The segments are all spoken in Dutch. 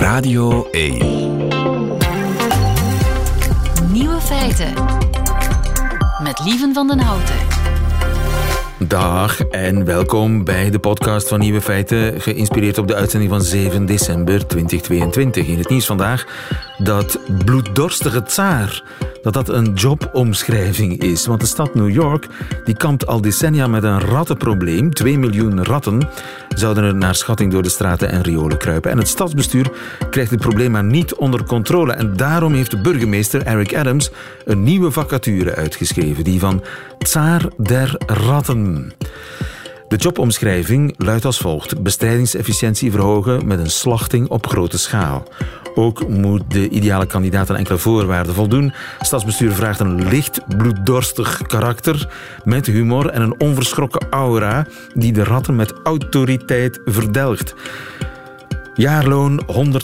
Radio 1. Nieuwe feiten. Met Lieven van den Houten. Dag en welkom bij de podcast van Nieuwe Feiten, geïnspireerd op de uitzending van 7 december 2022. In het nieuws vandaag dat bloeddorstige tsaar, dat een jobomschrijving is. Want de stad New York die kampt al decennia met een rattenprobleem. 2 miljoen ratten zouden er naar schatting door de straten en riolen kruipen. En het stadsbestuur krijgt het probleem maar niet onder controle. En daarom heeft de burgemeester Eric Adams een nieuwe vacature uitgeschreven. Die van tsaar der ratten. De jobomschrijving luidt als volgt: bestrijdingsefficiëntie verhogen met een slachting op grote schaal. Ook moet de ideale kandidaat aan enkele voorwaarden voldoen. Het stadsbestuur vraagt een licht bloeddorstig karakter met humor en een onverschrokken aura die de ratten met autoriteit verdelgt. Jaarloon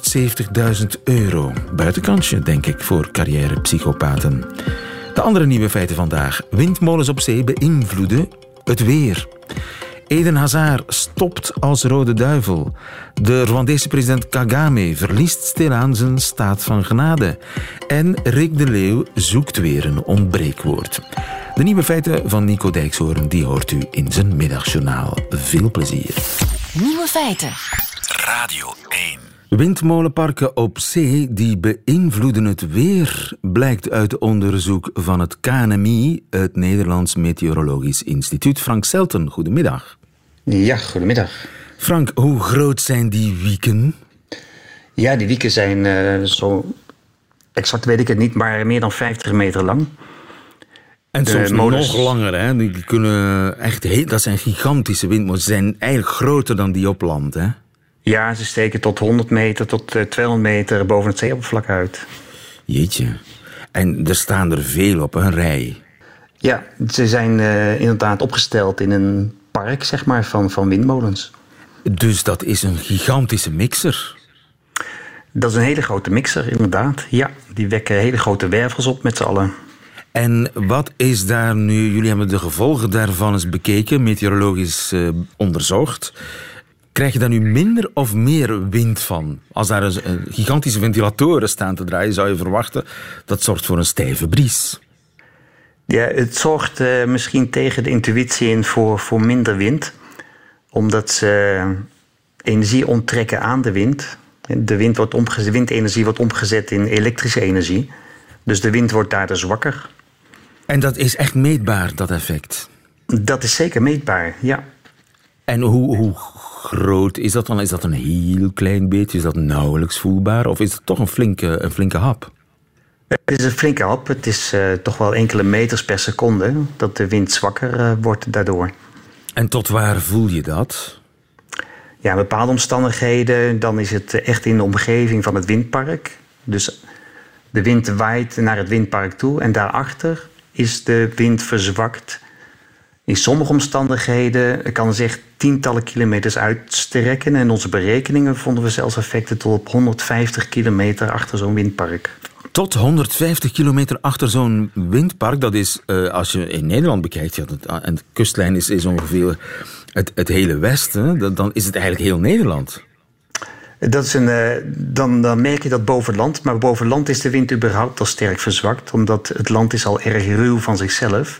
€170.000. Buitenkansje, denk ik, voor carrièrepsychopaten. De andere nieuwe feiten vandaag. Windmolens op zee beïnvloeden het weer. Eden Hazard stopt als rode duivel. De Rwandese president Kagame verliest stilaan zijn staat van genade. En Rick de Leeuw zoekt weer een ontbreekwoord. De nieuwe feiten van Nico Dijkshoorn, die hoort u in zijn middagjournaal. Veel plezier. Nieuwe feiten. Radio 1. Windmolenparken op zee die beïnvloeden het weer, blijkt uit onderzoek van het KNMI, het Nederlands Meteorologisch Instituut. Frank Selten, goedemiddag. Ja, goedemiddag. Frank, hoe groot zijn die wieken? Ja, die wieken zijn zo exact weet ik het niet, maar meer dan 50 meter lang. En soms nog langer, hè? Die kunnen echt dat zijn gigantische windmolens. Ze zijn eigenlijk groter dan die op land, hè? Ja, ze steken tot 100 meter, tot 200 meter boven het zeeoppervlak uit. Jeetje. En er staan er veel op, een rij. Ja, ze zijn inderdaad opgesteld in een park, zeg maar, van windmolens. Dus dat is een gigantische mixer? Dat is een hele grote mixer, inderdaad. Ja, die wekken hele grote wervels op met z'n allen. En wat is daar nu... Jullie hebben de gevolgen daarvan eens bekeken, meteorologisch onderzocht. Krijg je daar nu minder of meer wind van? Als daar gigantische ventilatoren staan te draaien, zou je verwachten dat zorgt voor een stijve bries. Ja, het zorgt misschien tegen de intuïtie in voor minder wind. Omdat ze energie onttrekken aan de wind. De windenergie wordt omgezet in elektrische energie. Dus de wind wordt daardoor zwakker. En dat is echt meetbaar, dat effect? Dat is zeker meetbaar, ja. En hoe groot is dat dan? Is dat een heel klein beetje? Is dat nauwelijks voelbaar? Of is het toch een flinke hap? Het is een flinke hap. Het is toch wel enkele meters per seconde dat de wind zwakker wordt daardoor. En tot waar voel je dat? Ja, in bepaalde omstandigheden, dan is het echt in de omgeving van het windpark. Dus de wind waait naar het windpark toe en daarachter is de wind verzwakt. In sommige omstandigheden kan zich tientallen kilometers uitstrekken. En in onze berekeningen vonden we zelfs effecten tot op 150 kilometer achter zo'n windpark. Tot 150 kilometer achter zo'n windpark, dat is, als je in Nederland bekijkt, en de kustlijn is ongeveer het hele westen, dan is het eigenlijk heel Nederland. Dat is dan merk je dat boven land. Maar boven land is de wind überhaupt al sterk verzwakt. Omdat het land is al erg ruw van zichzelf.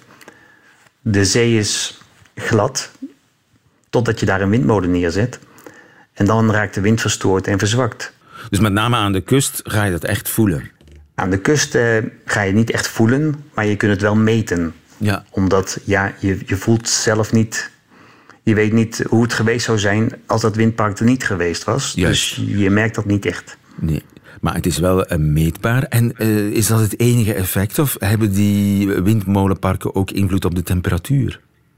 De zee is glad. Totdat je daar een windmolen neerzet. En dan raakt de wind verstoord en verzwakt. Dus met name aan de kust ga je dat echt voelen? Aan de kust ga je niet echt voelen. Maar je kunt het wel meten. Ja. Omdat je voelt zelf niet... Je weet niet hoe het geweest zou zijn als dat windpark er niet geweest was. Juist. Dus je merkt dat niet echt. Nee, maar het is wel meetbaar. En is dat het enige effect? Of hebben die windmolenparken ook invloed op de temperatuur?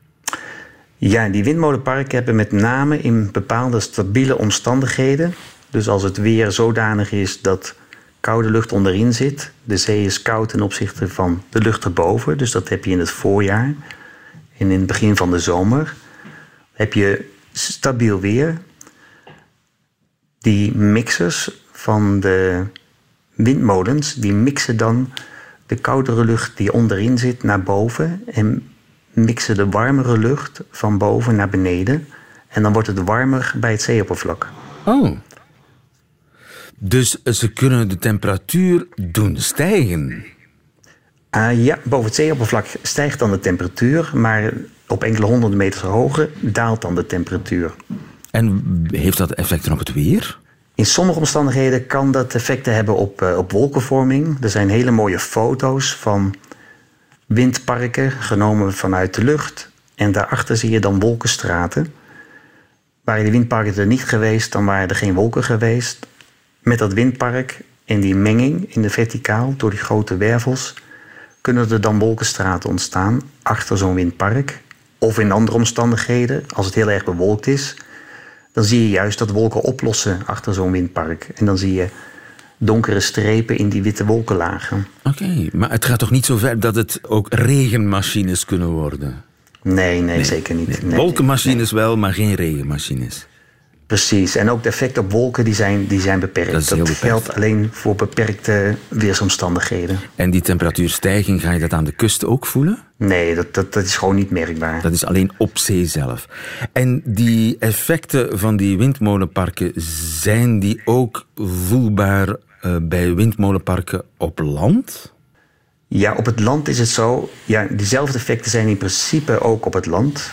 Ja, die windmolenparken hebben met name in bepaalde stabiele omstandigheden. Dus als het weer zodanig is dat koude lucht onderin zit. De zee is koud ten opzichte van de lucht erboven. Dus dat heb je in het voorjaar en in het begin van de zomer. Heb je stabiel weer. Die mixers van de windmolens, die mixen dan de koudere lucht die onderin zit naar boven en mixen de warmere lucht van boven naar beneden. En dan wordt het warmer bij het zeeoppervlak. Oh. Dus ze kunnen de temperatuur doen stijgen? Ja, boven het zeeoppervlak stijgt dan de temperatuur, maar op enkele honderden meters hoger daalt dan de temperatuur. En heeft dat effecten op het weer? In sommige omstandigheden kan dat effecten hebben op wolkenvorming. Er zijn hele mooie foto's van windparken genomen vanuit de lucht. En daarachter zie je dan wolkenstraten. Waren die windparken er niet geweest, dan waren er geen wolken geweest. Met dat windpark en die menging in de verticaal door die grote wervels kunnen er dan wolkenstraten ontstaan achter zo'n windpark. Of in andere omstandigheden, als het heel erg bewolkt is, dan zie je juist dat wolken oplossen achter zo'n windpark. En dan zie je donkere strepen in die witte wolkenlagen. Oké, maar het gaat toch niet zo ver dat het ook regenmachines kunnen worden? Nee, zeker niet. Nee, wolkenmachines wel, maar geen regenmachines. Precies, en ook de effecten op wolken die zijn beperkt. Dat geldt alleen voor beperkte weersomstandigheden. En die temperatuurstijging, ga je dat aan de kust ook voelen? Nee, dat is gewoon niet merkbaar. Dat is alleen op zee zelf. En die effecten van die windmolenparken, zijn die ook voelbaar bij windmolenparken op land? Ja, op het land is het zo. Ja, diezelfde effecten zijn in principe ook op het land.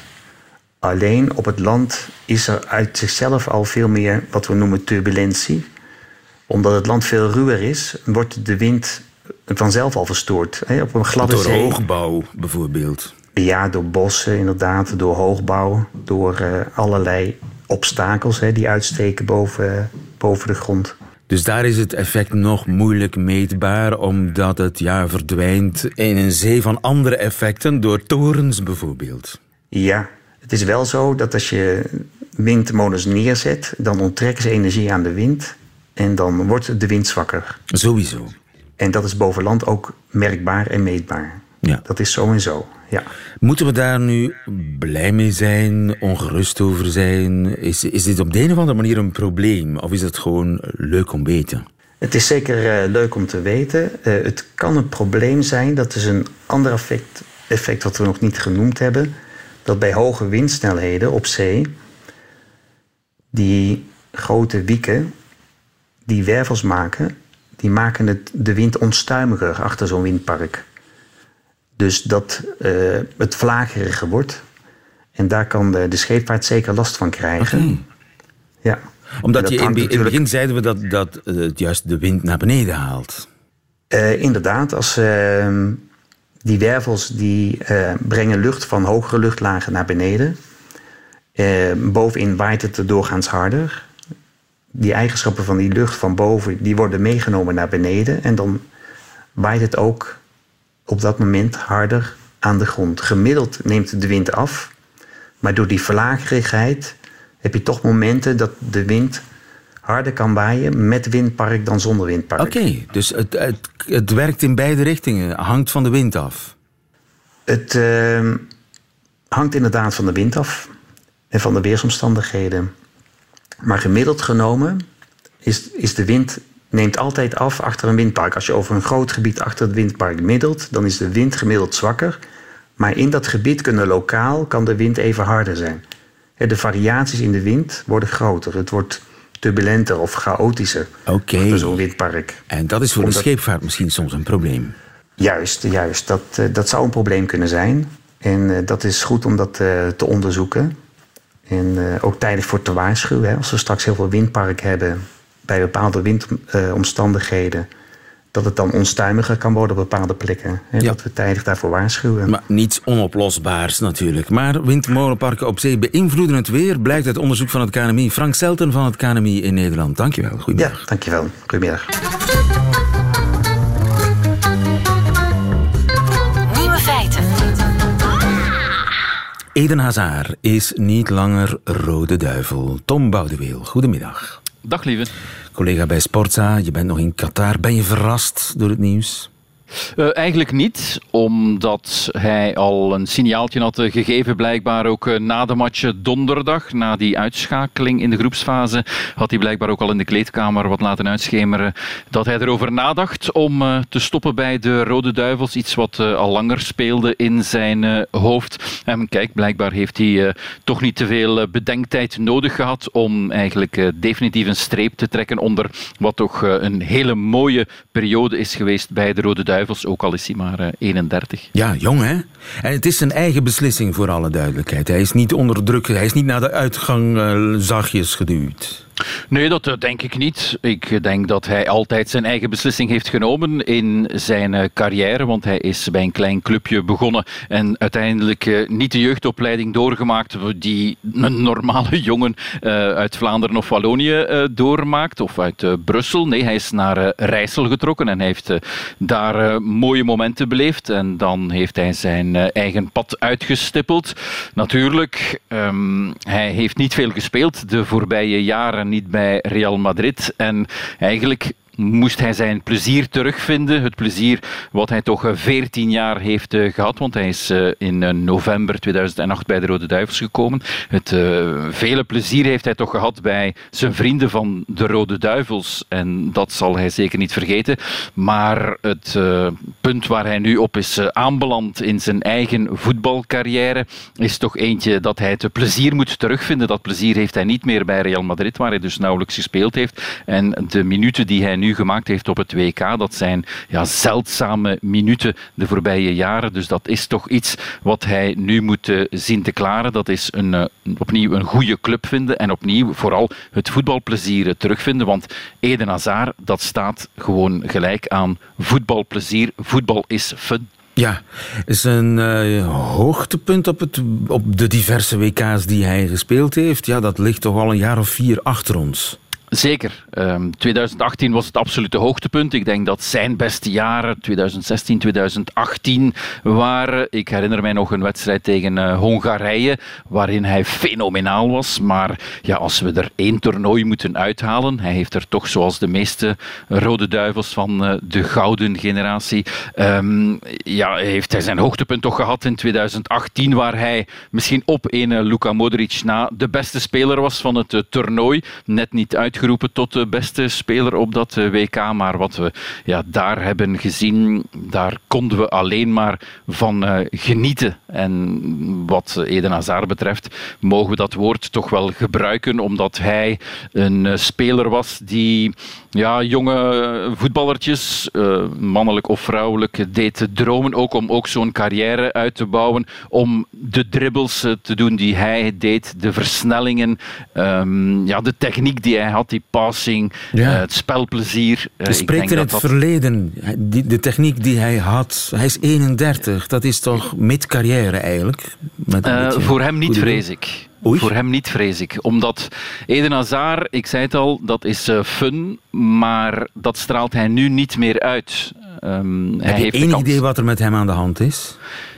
Alleen op het land is er uit zichzelf al veel meer wat we noemen turbulentie. Omdat het land veel ruwer is, wordt de wind vanzelf al verstoord. Op een gladde zee. Door hoogbouw bijvoorbeeld. Ja, door bossen inderdaad, door hoogbouw, door allerlei obstakels die uitsteken boven de grond. Dus daar is het effect nog moeilijk meetbaar, omdat het verdwijnt in een zee van andere effecten, door torens bijvoorbeeld. Ja, het is wel zo dat als je windmolens neerzet, dan onttrekken ze energie aan de wind en dan wordt de wind zwakker. Sowieso. En dat is boven land ook merkbaar en meetbaar. Ja. Dat is zo en zo, ja. Moeten we daar nu blij mee zijn, ongerust over zijn? Is dit op de een of andere manier een probleem? Of is het gewoon leuk om te weten? Het is zeker leuk om te weten. Het kan een probleem zijn. Dat is een ander effect wat we nog niet genoemd hebben. Dat bij hoge windsnelheden op zee, die grote wieken, die wervels maken, die maken de wind onstuimiger achter zo'n windpark. Dus dat het vlageriger wordt. En daar kan de scheepvaart zeker last van krijgen. Okay. Ja. Omdat in het begin zeiden we dat het juist de wind naar beneden haalt. Inderdaad, als die wervels die brengen lucht van hogere luchtlagen naar beneden. Bovenin waait het er doorgaans harder. Die eigenschappen van die lucht van boven die worden meegenomen naar beneden. En dan waait het ook op dat moment harder aan de grond. Gemiddeld neemt de wind af. Maar door die verlagerigheid heb je toch momenten dat de wind harder kan waaien met windpark dan zonder windpark. Oké, dus het werkt in beide richtingen. Hangt van de wind af. Het hangt inderdaad van de wind af. En van de weersomstandigheden. Maar gemiddeld genomen is de wind neemt altijd af achter een windpark. Als je over een groot gebied achter het windpark middelt, dan is de wind gemiddeld zwakker. Maar in dat gebied kan de wind even harder zijn. De variaties in de wind worden groter. Het wordt turbulenter of chaotischer achter zo'n windpark. En dat is voor de scheepvaart misschien soms een probleem. Juist. Dat zou een probleem kunnen zijn. En dat is goed om dat te onderzoeken. En ook tijdig voor te waarschuwen. Als we straks heel veel windpark hebben bij bepaalde windomstandigheden, dat het dan onstuimiger kan worden op bepaalde plekken. Ja. Dat we tijdig daarvoor waarschuwen. Maar niets onoplosbaars natuurlijk. Maar windmolenparken op zee beïnvloeden het weer, blijkt uit onderzoek van het KNMI. Frank Selten van het KNMI in Nederland. Dankjewel. Goedemiddag. Ja, dankjewel. Goedemiddag. Nieuwe feiten. Eden Hazard is niet langer Rode Duivel. Tom Boudeweel, goedemiddag. Dag lieve. Collega bij Sportza, je bent nog in Qatar. Ben je verrast door het nieuws? Eigenlijk niet, omdat hij al een signaaltje had gegeven, blijkbaar ook na de match donderdag, na die uitschakeling in de groepsfase, had hij blijkbaar ook al in de kleedkamer wat laten uitschemeren dat hij erover nadacht om te stoppen bij de Rode Duivels, iets wat al langer speelde in zijn hoofd. En kijk, blijkbaar heeft hij toch niet te veel bedenktijd nodig gehad om eigenlijk definitief een streep te trekken onder wat toch een hele mooie periode is geweest bij de Rode Duivels, ook al is hij maar 31. Ja, jong hè? En het is zijn eigen beslissing voor alle duidelijkheid. Hij is niet onder druk, hij is niet naar de uitgang zachtjes geduwd. Nee, dat denk ik niet. Ik denk dat hij altijd zijn eigen beslissing heeft genomen in zijn carrière, want hij is bij een klein clubje begonnen en uiteindelijk niet de jeugdopleiding doorgemaakt die een normale jongen uit Vlaanderen of Wallonië doormaakt, of uit Brussel. Nee, hij is naar Rijssel getrokken en hij heeft daar mooie momenten beleefd en dan heeft hij zijn eigen pad uitgestippeld. Natuurlijk, hij heeft niet veel gespeeld de voorbije jaren, niet bij Real Madrid. En eigenlijk moest hij zijn plezier terugvinden. Het plezier wat hij toch 14 jaar heeft gehad, want hij is in november 2008 bij de Rode Duivels gekomen. Het vele plezier heeft hij toch gehad bij zijn vrienden van de Rode Duivels en dat zal hij zeker niet vergeten. Maar het punt waar hij nu op is aanbeland in zijn eigen voetbalcarrière is toch eentje dat hij het plezier moet terugvinden. Dat plezier heeft hij niet meer bij Real Madrid, waar hij dus nauwelijks gespeeld heeft. En de minuten die hij nu gemaakt heeft op het WK, dat zijn zeldzame minuten de voorbije jaren. Dus dat is toch iets wat hij nu moet zien te klaren. Dat is opnieuw een goede club vinden en opnieuw vooral het voetbalplezier terugvinden. Want Eden Hazard, dat staat gewoon gelijk aan voetbalplezier. Voetbal is fun. Ja, is een hoogtepunt op de diverse WK's die hij gespeeld heeft. Ja, dat ligt toch al een jaar of 4 achter ons. Zeker. 2018 was het absolute hoogtepunt. Ik denk dat zijn beste jaren, 2016, 2018, waren. Ik herinner mij nog een wedstrijd tegen Hongarije, waarin hij fenomenaal was. Maar ja, als we er 1 toernooi moeten uithalen, hij heeft er toch, zoals de meeste Rode Duivels van de gouden generatie, heeft hij zijn hoogtepunt toch gehad in 2018, waar hij misschien op een Luka Modric na de beste speler was van het toernooi. Net niet uitgeroepen tot de beste speler op dat WK, maar wat we daar hebben gezien, daar konden we alleen maar van genieten. En wat Eden Hazard betreft, mogen we dat woord toch wel gebruiken, omdat hij een speler was die jonge voetballertjes, mannelijk of vrouwelijk, deed dromen, ook om ook zo'n carrière uit te bouwen, om de dribbles te doen die hij deed, de versnellingen, de techniek die hij had, die passing, het spelplezier. Je spreekt in het verleden, de techniek die hij had. Hij is 31, dat is toch mid-carrière eigenlijk? Voor hem niet, vrees ik. Oei. Voor hem niet, vrees ik. Omdat Eden Hazard, ik zei het al, dat is fun, maar dat straalt hij nu niet meer uit. Heb je enig idee wat er met hem aan de hand is?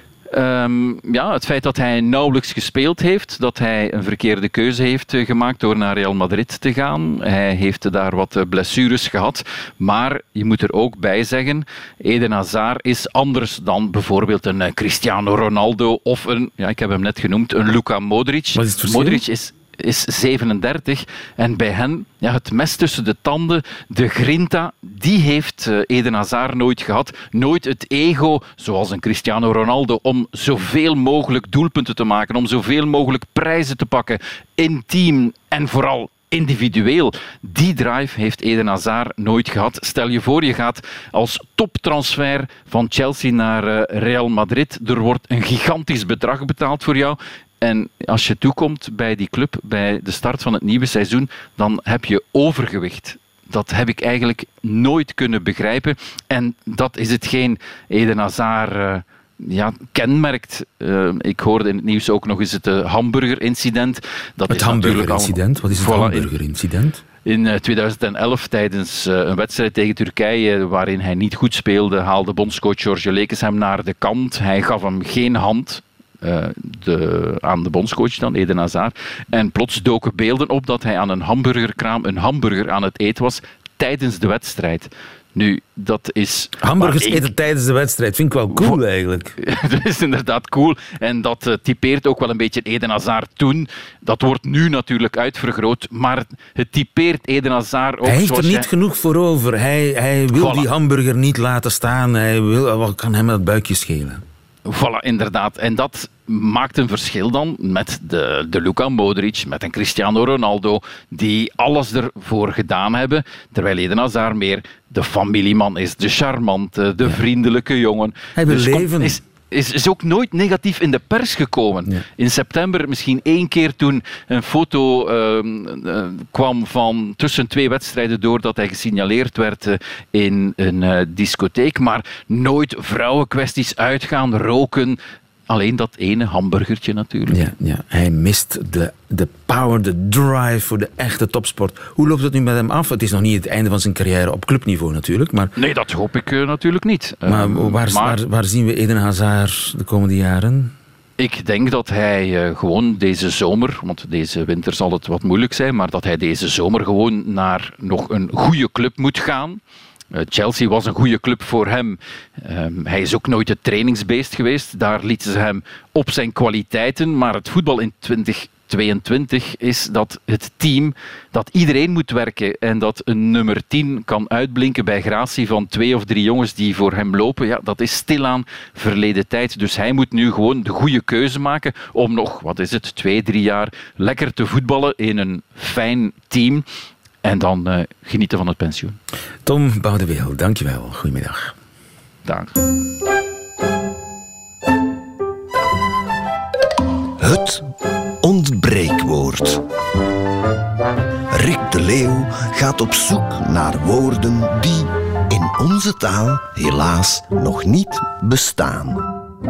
Het feit dat hij nauwelijks gespeeld heeft, dat hij een verkeerde keuze heeft gemaakt door naar Real Madrid te gaan. Hij heeft daar wat blessures gehad, maar je moet er ook bij zeggen, Eden Hazard is anders dan bijvoorbeeld een Cristiano Ronaldo of ik heb hem net genoemd, een Luka Modric. Wat is het verschil? Modric is 37 en bij hen, het mes tussen de tanden, de grinta, die heeft Eden Hazard nooit gehad. Nooit het ego, zoals een Cristiano Ronaldo, om zoveel mogelijk doelpunten te maken, om zoveel mogelijk prijzen te pakken, in team en vooral individueel. Die drive heeft Eden Hazard nooit gehad. Stel je voor, je gaat als toptransfer van Chelsea naar Real Madrid. Er wordt een gigantisch bedrag betaald voor jou. En als je toekomt bij die club, bij de start van het nieuwe seizoen, dan heb je overgewicht. Dat heb ik eigenlijk nooit kunnen begrijpen. En dat is hetgeen Eden Hazard kenmerkt. Ik hoorde in het nieuws ook nog eens het hamburgerincident. Het hamburgerincident? Wat is het hamburgerincident? In 2011, tijdens een wedstrijd tegen Turkije, waarin hij niet goed speelde, haalde bondscoach Jorge Lekes hem naar de kant. Hij gaf hem geen hand. Aan de bondscoach dan, Eden Hazard. En plots doken beelden op dat hij aan een hamburgerkraam een hamburger aan het eten was tijdens de wedstrijd. Nu, dat is... Hamburgers eten tijdens de wedstrijd. Vind ik wel cool eigenlijk. Dat is inderdaad cool. En dat typeert ook wel een beetje Eden Hazard toen. Dat wordt nu natuurlijk uitvergroot. Maar het typeert Eden Hazard ook. Hij heeft er niet genoeg voor over. Hij wil die hamburger niet laten staan. Wat kan hem dat buikje schelen? Voilà, inderdaad. En dat maakt een verschil dan met de Luka Modric, met een Cristiano Ronaldo, die alles ervoor gedaan hebben, terwijl Eden Hazard meer de familieman is, de charmante, de vriendelijke jongen. Hij wil leven. Is ook nooit negatief in de pers gekomen. Ja. In september misschien 1 keer toen een foto kwam van tussen 2 wedstrijden door dat hij gesignaleerd werd in een discotheek, maar nooit vrouwenkwesties, uitgaan, roken. Alleen dat ene hamburgertje natuurlijk. Ja. Hij mist de power, de drive voor de echte topsport. Hoe loopt het nu met hem af? Het is nog niet het einde van zijn carrière op clubniveau natuurlijk. Maar... Nee, dat hoop ik natuurlijk niet. Maar waar zien we Eden Hazard de komende jaren? Ik denk dat hij gewoon deze zomer, want deze winter zal het wat moeilijk zijn, maar dat hij deze zomer gewoon naar nog een goede club moet gaan. Chelsea was een goede club voor hem. Hij is ook nooit het trainingsbeest geweest. Daar lieten ze hem op zijn kwaliteiten. Maar het voetbal in 2022 is dat het team, dat iedereen moet werken en dat een nummer 10 kan uitblinken bij gratie van 2 of 3 jongens die voor hem lopen. Ja, dat is stilaan verleden tijd. Dus hij moet nu gewoon de goede keuze maken om nog, 2-3 jaar lekker te voetballen in een fijn team. En dan genieten van het pensioen. Tom Boudeweel, dankjewel. Goedemiddag. Dank. Het ontbreekwoord. Rick de Leeuw gaat op zoek naar woorden die in onze taal helaas nog niet bestaan.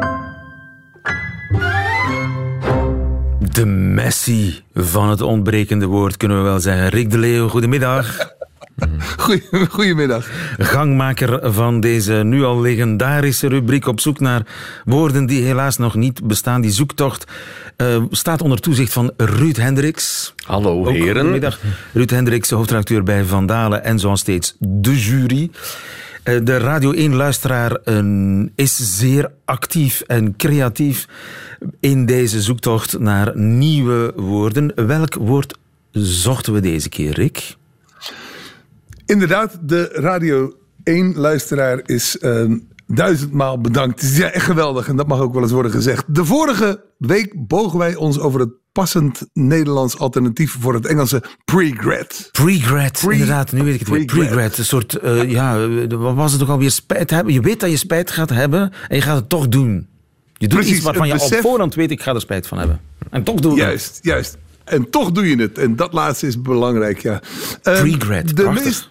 De Messi van het ontbrekende woord, kunnen we wel zeggen. Rick de Leeuw, goedemiddag. Goedemiddag. Gangmaker van deze nu al legendarische rubriek op zoek naar woorden die helaas nog niet bestaan. Die zoektocht staat onder toezicht van Ruud Hendricks. Hallo heren. Goedemiddag. Ruud Hendricks, hoofdredacteur bij Van Dalen en zoals steeds de jury. De Radio 1-luisteraar is zeer actief en creatief in deze zoektocht naar nieuwe woorden. Welk woord zochten we deze keer, Rick? Inderdaad, de Radio 1-luisteraar is 1000-maal bedankt. Het is echt geweldig en dat mag ook wel eens worden gezegd. De vorige week bogen wij ons over het passend Nederlands alternatief voor het Engelse pregret. Pregret, inderdaad, nu weet ik het weer. Pregret, een soort, wat was het ook alweer, spijt hebben. Je weet dat je spijt gaat hebben en je gaat het toch doen. Je doet iets waarvan je op voorhand weet, ik ga er spijt van hebben. En toch doen we het. Juist. En toch doe je het. En dat laatste is belangrijk, ja. Pregret, prachtig.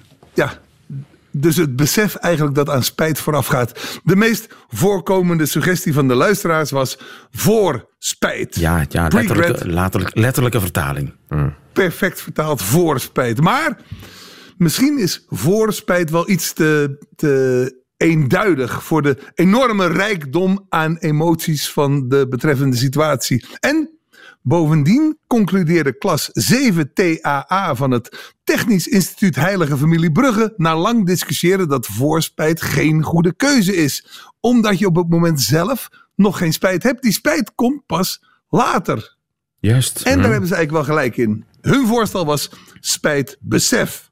Dus het besef eigenlijk dat aan spijt vooraf gaat. De meest voorkomende suggestie van de luisteraars was voor spijt. Ja, letterlijke vertaling. Perfect vertaald, voor spijt. Maar misschien is voor spijt wel iets te eenduidig voor de enorme rijkdom aan emoties van de betreffende situatie. En bovendien concludeerde klas 7 TAA van het Technisch Instituut Heilige Familie Brugge na lang discussiëren dat voorspijt geen goede keuze is. Omdat je op het moment zelf nog geen spijt hebt. Die spijt komt pas later. Juist. En daar hebben ze eigenlijk wel gelijk in. Hun voorstel was spijtbesef.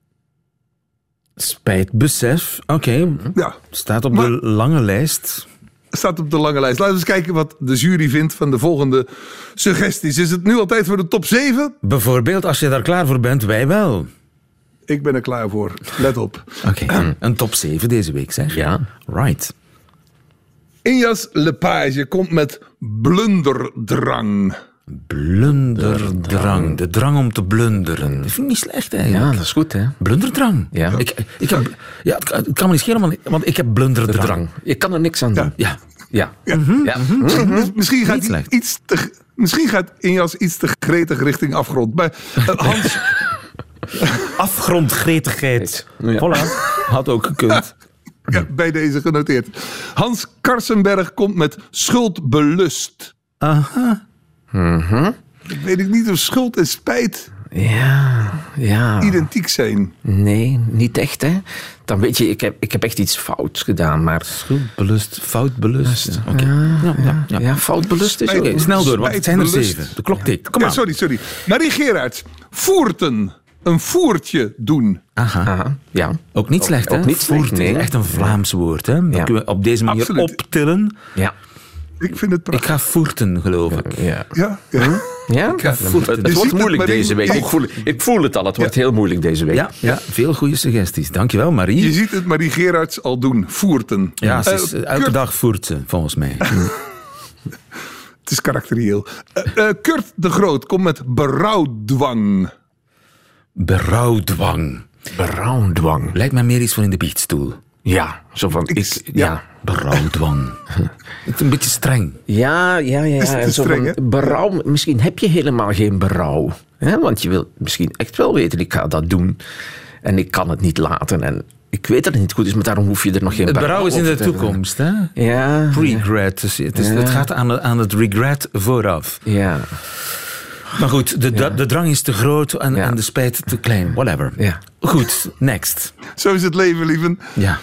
Spijtbesef, oké. Ja. Staat op de lange lijst. Staat op de lange lijst. Laten we eens kijken wat de jury vindt van de volgende suggesties. Is het nu al tijd voor de top 7? Bijvoorbeeld, als je daar klaar voor bent, wij wel. Ik ben er klaar voor. Let op. Oké, een top 7 deze week, zeg. Ja. Right. Injas Lepage komt met blunderdrang. Blunderdrang. De drang om te blunderen. Dat vind ik niet slecht eigenlijk. Ja, dat is goed, hè? Blunderdrang. Ja. Het kan me niet schelen, want ik heb blunderdrang. Je kan er niks aan doen. Ja. Misschien gaat Injas iets te gretig richting afgrond. Maar Hans... Afgrondgretigheid. Ja. Voilà. Had ook gekund. Ja, bij deze genoteerd. Hans Karsenberg komt met schuldbelust. Aha. Ik weet niet of schuld en spijt Ja. identiek zijn? Nee, niet echt, hè. Dan weet je, ik heb echt iets fout gedaan, maar... Schuldbelust, foutbelust. Oké. Ja, foutbelust is Spijt- ook... Snel door, want het zijn er Spijtbelust. 7. De klok tikt. Kom Ja, aan. sorry. Marie Gerards, voerten. Een voertje doen. Aha. Aha, ja. Ook niet slecht, hè? ook niet slecht, Voert is nee. echt een Vlaams woord, hè? Dat Ja. kunnen we op deze manier Absoluut. optillen. Ja. Ik vind het Ik prachtig. ga voerten, geloof ik. Ja. Ja. Ja? voeten. Het Je ziet wordt het, moeilijk Marie. deze week. Ik voel het al. Het wordt heel moeilijk deze week. Ja, veel goede suggesties. Dankjewel, Marie. Je ziet het Marie Gerards al doen. Voerten. Ja, ze is elke Kurt, dag voert ze, volgens mij. Het is karakterieel. Kurt de Groot komt met berouwdwang. Berouwdwang. Berouwdwang. Lijkt mij meer iets voor in de biechtstoel. Ja, zo van... Ja. Berouwdwang. Het is een beetje streng. Ja. is te En zo streng, van, berouw, misschien heb je helemaal geen berouw. Hè? Want je wilt misschien echt wel weten, ik ga dat doen. En ik kan het niet laten. En ik weet dat het niet goed is, maar daarom hoef je er nog geen Het berouw is in over de te hebben. toekomst, hè? Ja. Regret. Dus het gaat aan het regret vooraf. Ja. Maar goed, de drang is te groot en, Ja. en de spijt te klein. Whatever. Ja. Goed, next. Zo is het leven, lieven. Ja,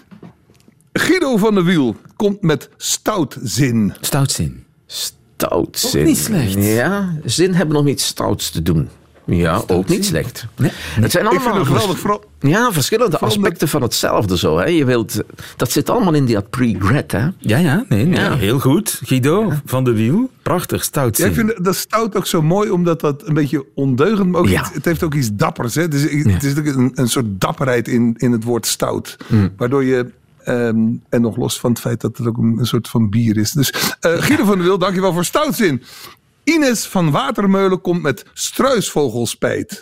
Guido van der Wiel komt met stoutzin. stoutzin. Stoutzin. Ook niet slecht. Ja, zin hebben om iets stouts te doen. Ja, ook niet slecht. Nee. Het zijn Ik vind allemaal het geweldig. Vooral, verschillende aspecten van hetzelfde zo. Hè. Je wilt, dat zit allemaal in die regret, hè? Ja, nee, Ja. heel goed. Guido van der Wiel. Prachtig, ja, stoutzin. ik vind dat stout ook zo mooi, omdat dat een beetje ondeugend... Maar ook Ja. het heeft ook iets dappers. Hè? Het is ook een soort dapperheid in het woord stout. Waardoor je... en nog los van het feit dat het ook een soort van bier is. Dus Guido van der Wiel, dankjewel voor stoutzin. Ines van Watermeulen komt met struisvogelspijt.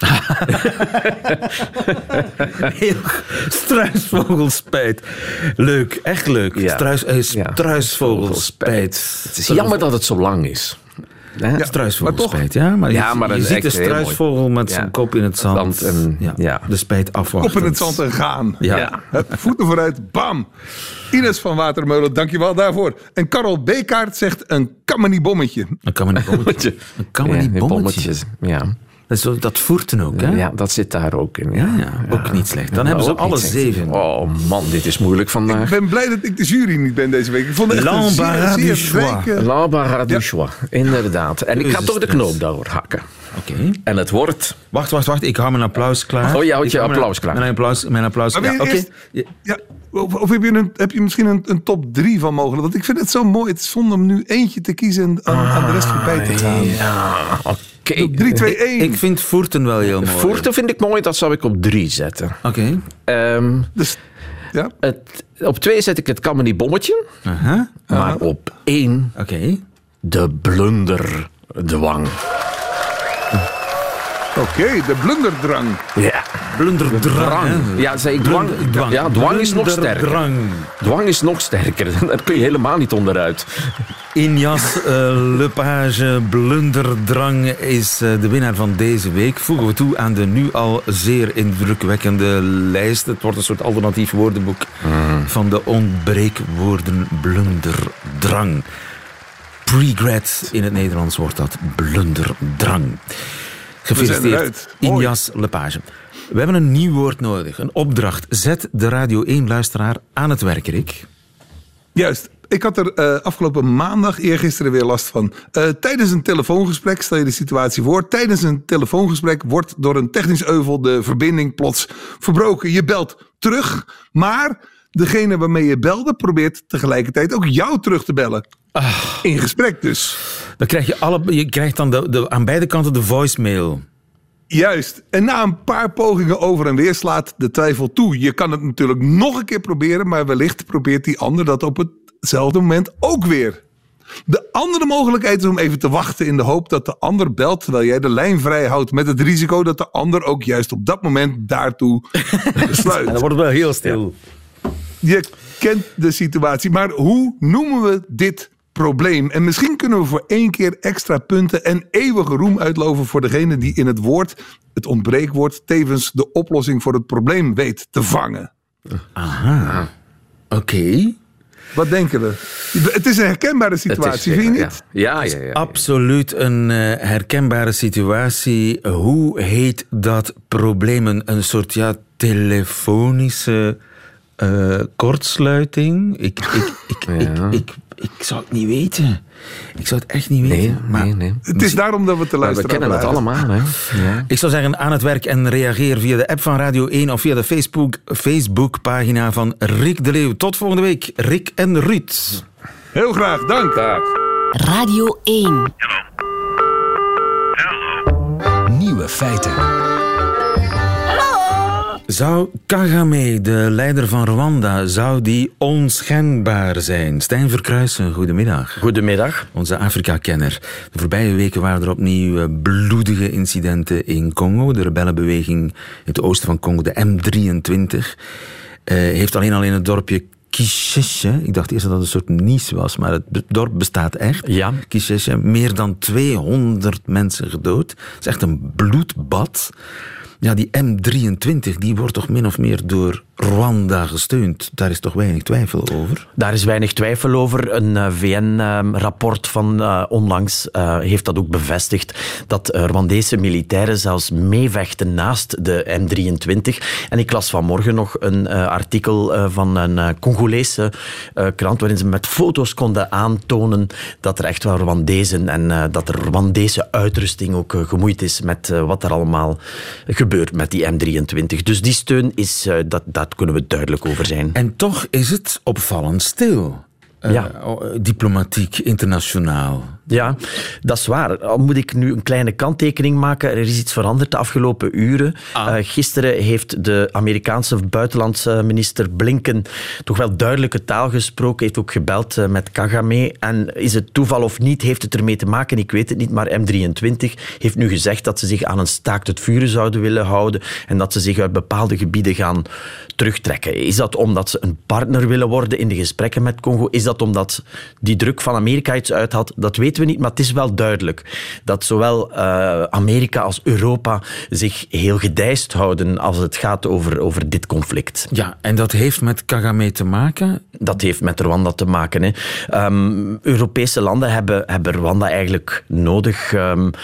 Heel struisvogelspijt. Leuk, echt leuk. Ja. Struisvogelspijt. Het is jammer dat het zo lang is. Hè? Struisvogelspijt, ja. Maar, Ja, maar je dat is ziet de echt heel struisvogel met Ja. zijn kop in het zand. En, ja. De spijt afwachten. Op in het zand en gaan. Ja. Hup, voeten vooruit, bam. Ines van Watermeulen, dankjewel daarvoor. En Karel Bekaert zegt een kameniebommetje. Een kameniebommetje. Een kameniebommetje. Bommetjes. Ja. Dat is zo, dat voerten ook, hè? Ja, dat zit daar ook in. Ja, Ja, ook niet slecht. Dan hebben ze ook niet alle slecht. 7. Oh man, dit is moeilijk Ik vandaag. ben blij dat ik de jury niet ben deze week. Ik vond het echt een L'embarras zeer du choix. rijke... L'embarras du choix, inderdaad. En ik ga Keuze toch de stress. knoop daardoor hakken. Oké. En het wordt... Wacht. Ik hou mijn applaus klaar. Oh, je houdt Ik je hou applaus klaar. Mijn applaus Maar klaar. wil je Oké. eerst- Ja, of heb je misschien een top 3 van mogelijk? Want ik vind het zo mooi. Het is zonde om nu eentje te kiezen en aan de rest voorbij te gaan. Ja, oké. 3, 2, 1. Ik vind voerten wel heel mooi. Voerten vind ik mooi, dat zou ik op 3 zetten. Oké. Dus, ja. Op 2 zet ik het kameniebommetje. Aha. Maar op 1 Oké. de blunderdwang. Oké, de blunderdrang. Ja. Blunderdrang. hè? Ja, zei ik dwang. Ja, dwang is nog sterker. Blunderdrang. Dwang is nog sterker. Daar kun je helemaal niet onderuit. Injas Lepage Blunderdrang is de winnaar van deze week. Voegen we toe aan de nu al zeer indrukwekkende lijst. Het wordt een soort alternatief woordenboek van de ontbreekwoorden blunderdrang. Regret in het Nederlands wordt dat blunderdrang. Gefeliciteerd, eruit. Mooi. Injas Lepage. We hebben een nieuw woord nodig, een opdracht. Zet de Radio 1-luisteraar aan het werk, Rick. Juist. Ik had er afgelopen maandag, eergisteren weer last van. Tijdens een telefoongesprek, stel je de situatie voor. Tijdens een telefoongesprek wordt door een technisch euvel de verbinding plots verbroken. Je belt terug, maar degene waarmee je belde probeert tegelijkertijd ook jou terug te bellen. In gesprek dus. Dan krijg je krijgt dan aan beide kanten de voicemail. Juist. En na een paar pogingen over en weer slaat de twijfel toe. Je kan het natuurlijk nog een keer proberen, maar wellicht probeert die ander dat op hetzelfde moment ook weer. De andere mogelijkheid is om even te wachten in de hoop dat de ander belt terwijl jij de lijn vrij houdt, met het risico dat de ander ook juist op dat moment daartoe besluit. En dan wordt het wel heel stil. Je kent de situatie, maar hoe noemen we dit probleem? En misschien kunnen we voor 1 keer extra punten en eeuwige roem uitloven voor degene die in het woord, het ontbreekwoord, tevens de oplossing voor het probleem weet te vangen. Aha. Oké. Wat denken we? Het is een herkenbare situatie, vind je niet? Ja. Absoluut een herkenbare situatie. Hoe heet dat probleem? Een soort telefonische kortsluiting? Ik zou het niet weten. Ik zou het echt niet weten. Nee. Het is daarom dat we te luisteren. We kennen het allemaal. Hè? Ja. Ik zou zeggen, aan het werk en reageer via de app van Radio 1 of via de Facebookpagina van Rick de Leeuw. Tot volgende week, Rick en Ruud. Heel graag, dank. Radio 1. Nieuwe feiten. Zou Kagame, de leider van Rwanda, zou die onschendbaar zijn? Stijn Verkruijsen, goedemiddag. Goedemiddag. Onze Afrika-kenner. De voorbije weken waren er opnieuw bloedige incidenten in Congo. De rebellenbeweging in het oosten van Congo, de M23, heeft alleen al in het dorpje Kisheshe, ik dacht eerst dat het een soort Nice was, maar het dorp bestaat echt. Ja. Kisheshe, meer dan 200 mensen gedood. Het is echt een bloedbad. Ja, die M23, die wordt toch min of meer door Rwanda gesteund. Daar is toch weinig twijfel over? Daar is weinig twijfel over. Een VN-rapport van onlangs heeft dat ook bevestigd, dat Rwandese militairen zelfs meevechten naast de M23. En ik las vanmorgen nog een artikel van een Congolese krant, waarin ze met foto's konden aantonen dat er echt wel Rwandezen en dat er Rwandese uitrusting ook gemoeid is met wat er allemaal gebeurt met die M23. Dus die steun is, daar kunnen we duidelijk over zijn. En toch is het opvallend stil. Diplomatiek, internationaal. Ja, dat is waar. Al moet ik nu een kleine kanttekening maken. Er is iets veranderd de afgelopen uren. Gisteren heeft de Amerikaanse buitenlandsminister Blinken toch wel duidelijke taal gesproken. Heeft ook gebeld met Kagame. En is het toeval of niet, heeft het ermee te maken? Ik weet het niet, maar M23 heeft nu gezegd dat ze zich aan een staakt het vuren zouden willen houden en dat ze zich uit bepaalde gebieden gaan terugtrekken. Is dat omdat ze een partner willen worden in de gesprekken met Congo? Is dat omdat die druk van Amerika iets uithoudt? Dat weten we niet, maar het is wel duidelijk dat zowel Amerika als Europa zich heel gedijst houden als het gaat over dit conflict. Ja, en dat heeft met Kagame te maken? Dat heeft met Rwanda te maken. Hè. Europese landen hebben Rwanda eigenlijk nodig.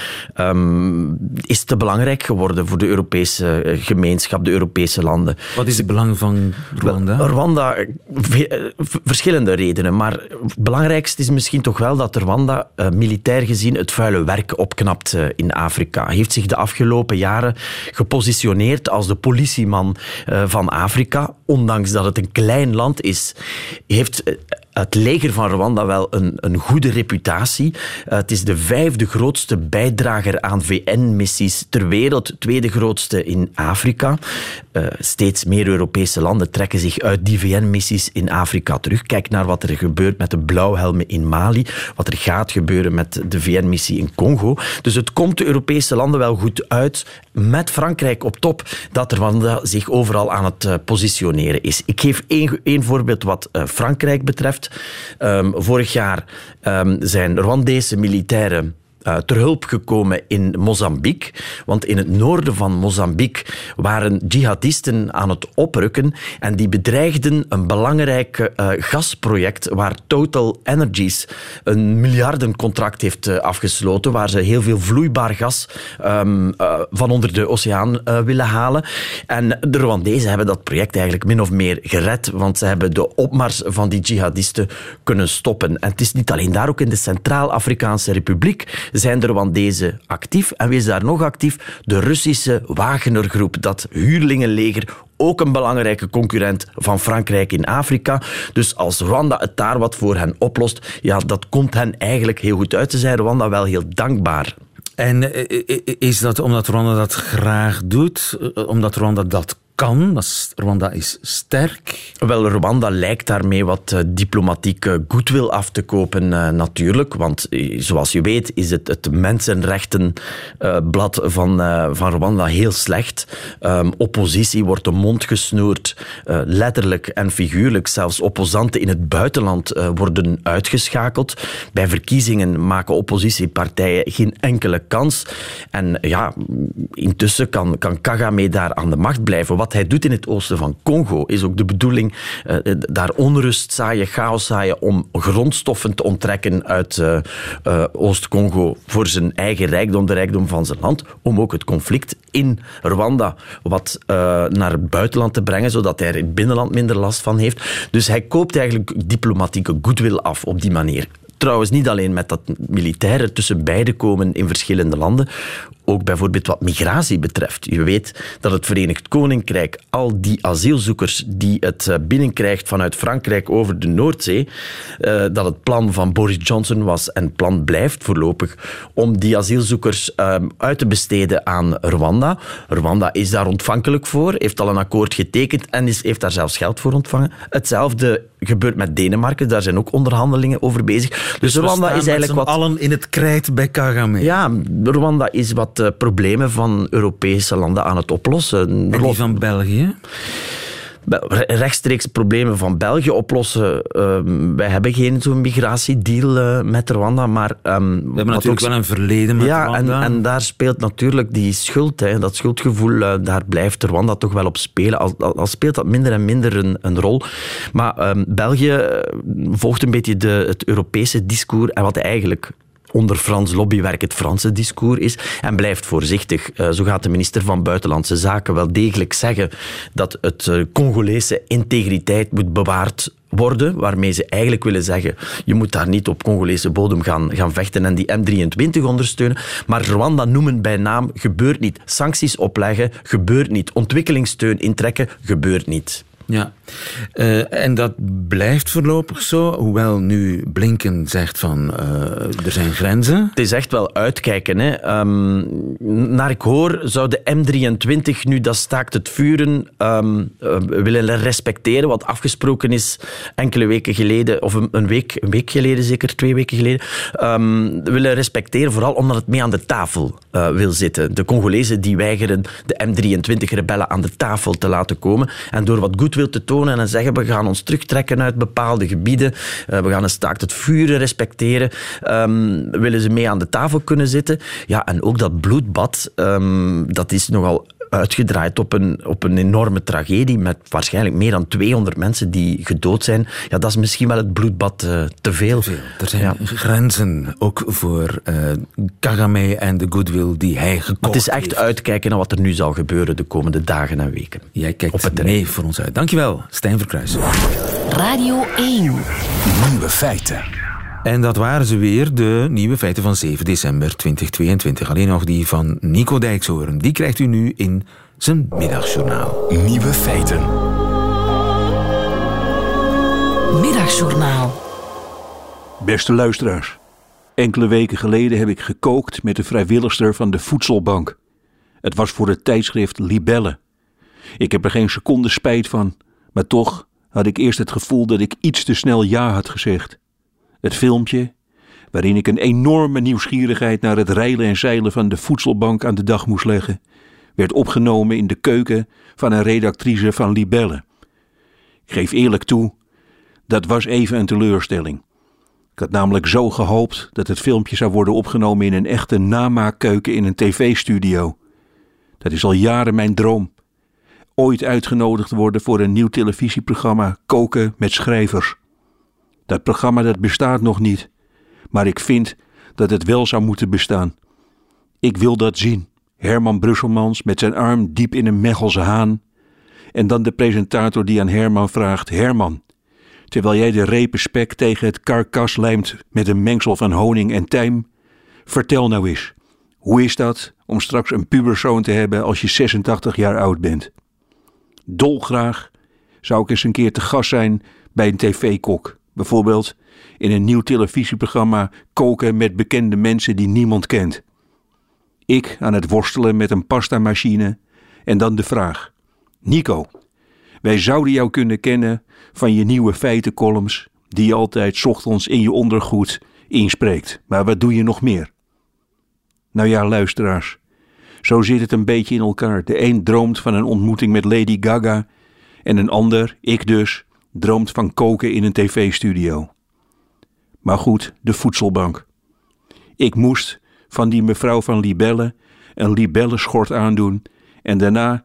Is te belangrijk geworden voor de Europese gemeenschap, de Europese landen. Wat is het belang van Rwanda? Rwanda, verschillende redenen, maar het belangrijkste is misschien toch wel dat Rwanda militair gezien het vuile werk opknapt in Afrika. Hij heeft zich de afgelopen jaren gepositioneerd als de politieman van Afrika. Ondanks dat het een klein land is, heeft het leger van Rwanda wel een goede reputatie. Het is de 5e grootste bijdrager aan VN-missies ter wereld, 2e grootste in Afrika. Steeds meer Europese landen trekken zich uit die VN-missies in Afrika terug. Kijk naar wat er gebeurt met de blauwhelmen in Mali, wat er gaat gebeuren met de VN-missie in Congo. Dus het komt de Europese landen wel goed uit, met Frankrijk op top, dat Rwanda zich overal aan het positioneren is. Ik geef één voorbeeld wat Frankrijk betreft. Vorig jaar zijn Rwandese militairen ter hulp gekomen in Mozambique. Want in het noorden van Mozambique waren jihadisten aan het oprukken en die bedreigden een belangrijk gasproject waar Total Energies een miljardencontract heeft afgesloten, waar ze heel veel vloeibaar gas van onder de oceaan willen halen. En de Rwandezen hebben dat project eigenlijk min of meer gered, want ze hebben de opmars van die jihadisten kunnen stoppen. En het is niet alleen daar, ook in de Centraal-Afrikaanse Republiek zijn de Rwandezen actief. En wie is daar nog actief? De Russische Wagner-groep, dat huurlingenleger, ook een belangrijke concurrent van Frankrijk in Afrika. Dus als Rwanda het daar wat voor hen oplost, ja, dat komt hen eigenlijk heel goed uit. Ze zijn Rwanda wel heel dankbaar. En is dat omdat Rwanda dat graag doet? Omdat Rwanda dat kan? Rwanda is sterk. Wel, Rwanda lijkt daarmee wat diplomatieke goodwill af te kopen natuurlijk. Want zoals je weet is het mensenrechtenblad van Rwanda heel slecht. Oppositie wordt de mond gesnoerd, letterlijk en figuurlijk. Zelfs opposanten in het buitenland worden uitgeschakeld. Bij verkiezingen maken oppositiepartijen geen enkele kans. En ja, intussen kan Kagame daar aan de macht blijven. Wat wat hij doet in het oosten van Congo is ook de bedoeling daar onrust zaaien, chaos zaaien om grondstoffen te onttrekken uit Oost-Congo voor zijn eigen rijkdom, de rijkdom van zijn land, om ook het conflict in Rwanda wat naar het buitenland te brengen, zodat hij er in het binnenland minder last van heeft. Dus hij koopt eigenlijk diplomatieke goodwill af op die manier. Trouwens, niet alleen met dat militairen tussen beiden komen in verschillende landen. Ook bijvoorbeeld wat migratie betreft. Je weet dat het Verenigd Koninkrijk al die asielzoekers die het binnenkrijgt vanuit Frankrijk over de Noordzee, dat het plan van Boris Johnson was en het plan blijft voorlopig om die asielzoekers uit te besteden aan Rwanda. Rwanda is daar ontvankelijk voor, heeft al een akkoord getekend en heeft daar zelfs geld voor ontvangen. Hetzelfde gebeurt met Denemarken, daar zijn ook onderhandelingen over bezig. Dus Rwanda is eigenlijk wat allen in het krijt bij Kagame. Ja, Rwanda is wat problemen van Europese landen aan het oplossen. En die van België? Rechtstreeks problemen van België oplossen. Wij hebben geen zo'n migratiedeal met Rwanda, maar... we hebben natuurlijk wel een verleden met Rwanda. En daar speelt natuurlijk die schuld, dat schuldgevoel, daar blijft Rwanda toch wel op spelen. Al speelt dat minder en minder een rol. Maar België volgt een beetje het Europese discours en wat eigenlijk onder Frans lobbywerk het Franse discours is en blijft voorzichtig. Zo gaat de minister van Buitenlandse Zaken wel degelijk zeggen dat het Congolese integriteit moet bewaard worden, waarmee ze eigenlijk willen zeggen, je moet daar niet op Congolese bodem gaan vechten en die M23 ondersteunen. Maar Rwanda noemen bij naam gebeurt niet. Sancties opleggen gebeurt niet. Ontwikkelingssteun intrekken gebeurt niet. Ja, en dat blijft voorlopig zo, hoewel nu Blinken zegt van er zijn grenzen. Het is echt wel uitkijken. Hè. Naar ik hoor zou de M23 nu dat staakt het vuren willen respecteren, wat afgesproken is enkele weken geleden, of een week geleden zeker, 2 weken geleden, willen respecteren, vooral omdat het mee aan de tafel wil zitten. De Congolezen die weigeren de M23-rebellen aan de tafel te laten komen en door wat goodwill te tonen en zeggen we gaan ons terugtrekken uit bepaalde gebieden, we gaan een staakt het vuren respecteren, willen ze mee aan de tafel kunnen zitten. Ja, en ook dat bloedbad, dat is nogal uitgedraaid op een enorme tragedie met waarschijnlijk meer dan 200 mensen die gedood zijn. Ja, dat is misschien wel het bloedbad te veel. Er zijn grenzen, ook voor Kagame en de goodwill die hij gekocht heeft. Het is echt uitkijken naar wat er nu zal gebeuren de komende dagen en weken. Jij kijkt mee voor ons uit. Dankjewel, Stijn Verkruijs. Radio 1. Nieuwe feiten. En dat waren ze weer, de nieuwe feiten van 7 december 2022. Alleen nog die van Nico Dijkshoorn. Die krijgt u nu in zijn middagjournaal. Nieuwe feiten. Middagjournaal. Beste luisteraars. Enkele weken geleden heb ik gekookt met de vrijwilligster van de Voedselbank. Het was voor het tijdschrift Libelle. Ik heb er geen seconde spijt van, maar toch had ik eerst het gevoel dat ik iets te snel ja had gezegd. Het filmpje, waarin ik een enorme nieuwsgierigheid naar het reilen en zeilen van de Voedselbank aan de dag moest leggen, werd opgenomen in de keuken van een redactrice van Libelle. Ik geef eerlijk toe, dat was even een teleurstelling. Ik had namelijk zo gehoopt dat het filmpje zou worden opgenomen in een echte namaakkeuken in een tv-studio. Dat is al jaren mijn droom. Ooit uitgenodigd worden voor een nieuw televisieprogramma Koken met Schrijvers. Dat programma dat bestaat nog niet, maar ik vind dat het wel zou moeten bestaan. Ik wil dat zien. Herman Brusselmans met zijn arm diep in een Mechelse haan. En dan de presentator die aan Herman vraagt: Herman, terwijl jij de repen spek tegen het karkas lijmt met een mengsel van honing en tijm, vertel nou eens, hoe is dat om straks een puberzoon te hebben als je 86 jaar oud bent? Dolgraag zou ik eens een keer te gast zijn bij een tv-kok. Bijvoorbeeld in een nieuw televisieprogramma Koken met bekende mensen die niemand kent. Ik aan het worstelen met een pastamachine en dan de vraag: Nico, wij zouden jou kunnen kennen van je nieuwe feitencolumns die je altijd 's ochtends in je ondergoed inspreekt. Maar wat doe je nog meer? Nou ja, luisteraars, zo zit het een beetje in elkaar. De een droomt van een ontmoeting met Lady Gaga en een ander, ik dus, droomt van koken in een tv-studio. Maar goed, de Voedselbank. Ik moest van die mevrouw van Libelle een libellenschort aandoen en daarna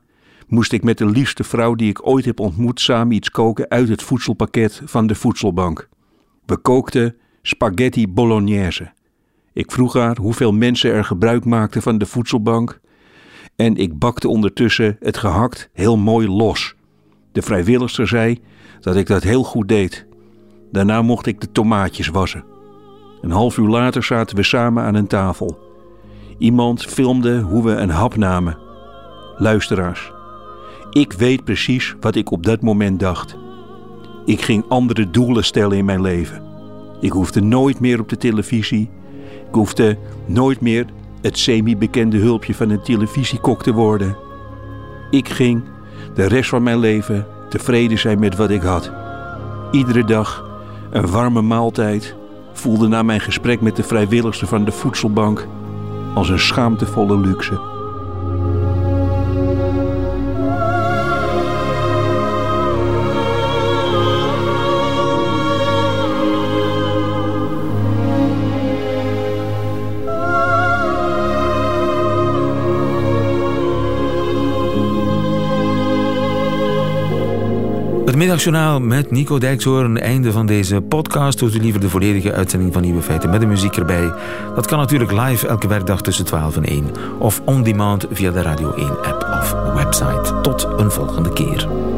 moest ik met de liefste vrouw die ik ooit heb ontmoet samen iets koken uit het voedselpakket van de voedselbank. We kookten spaghetti bolognese. Ik vroeg haar hoeveel mensen er gebruik maakten van de voedselbank en ik bakte ondertussen het gehakt heel mooi los. De vrijwilligster zei dat ik dat heel goed deed. Daarna mocht ik de tomaatjes wassen. Een half uur later zaten we samen aan een tafel. Iemand filmde hoe we een hap namen. Luisteraars, ik weet precies wat ik op dat moment dacht. Ik ging andere doelen stellen in mijn leven. Ik hoefde nooit meer op de televisie. Ik hoefde nooit meer het semi-bekende hulpje van een televisiekok te worden. Ik ging de rest van mijn leven tevreden zijn met wat ik had. Iedere dag een warme maaltijd voelde na mijn gesprek met de vrijwilligster van de voedselbank als een schaamtevolle luxe. Het middagjournaal met Nico Dijkshoorn. Einde van deze podcast. Doet u liever de volledige uitzending van Nieuwe Feiten met de muziek erbij. Dat kan natuurlijk live elke werkdag tussen 12 en 1. Of on demand via de Radio 1 app of website. Tot een volgende keer.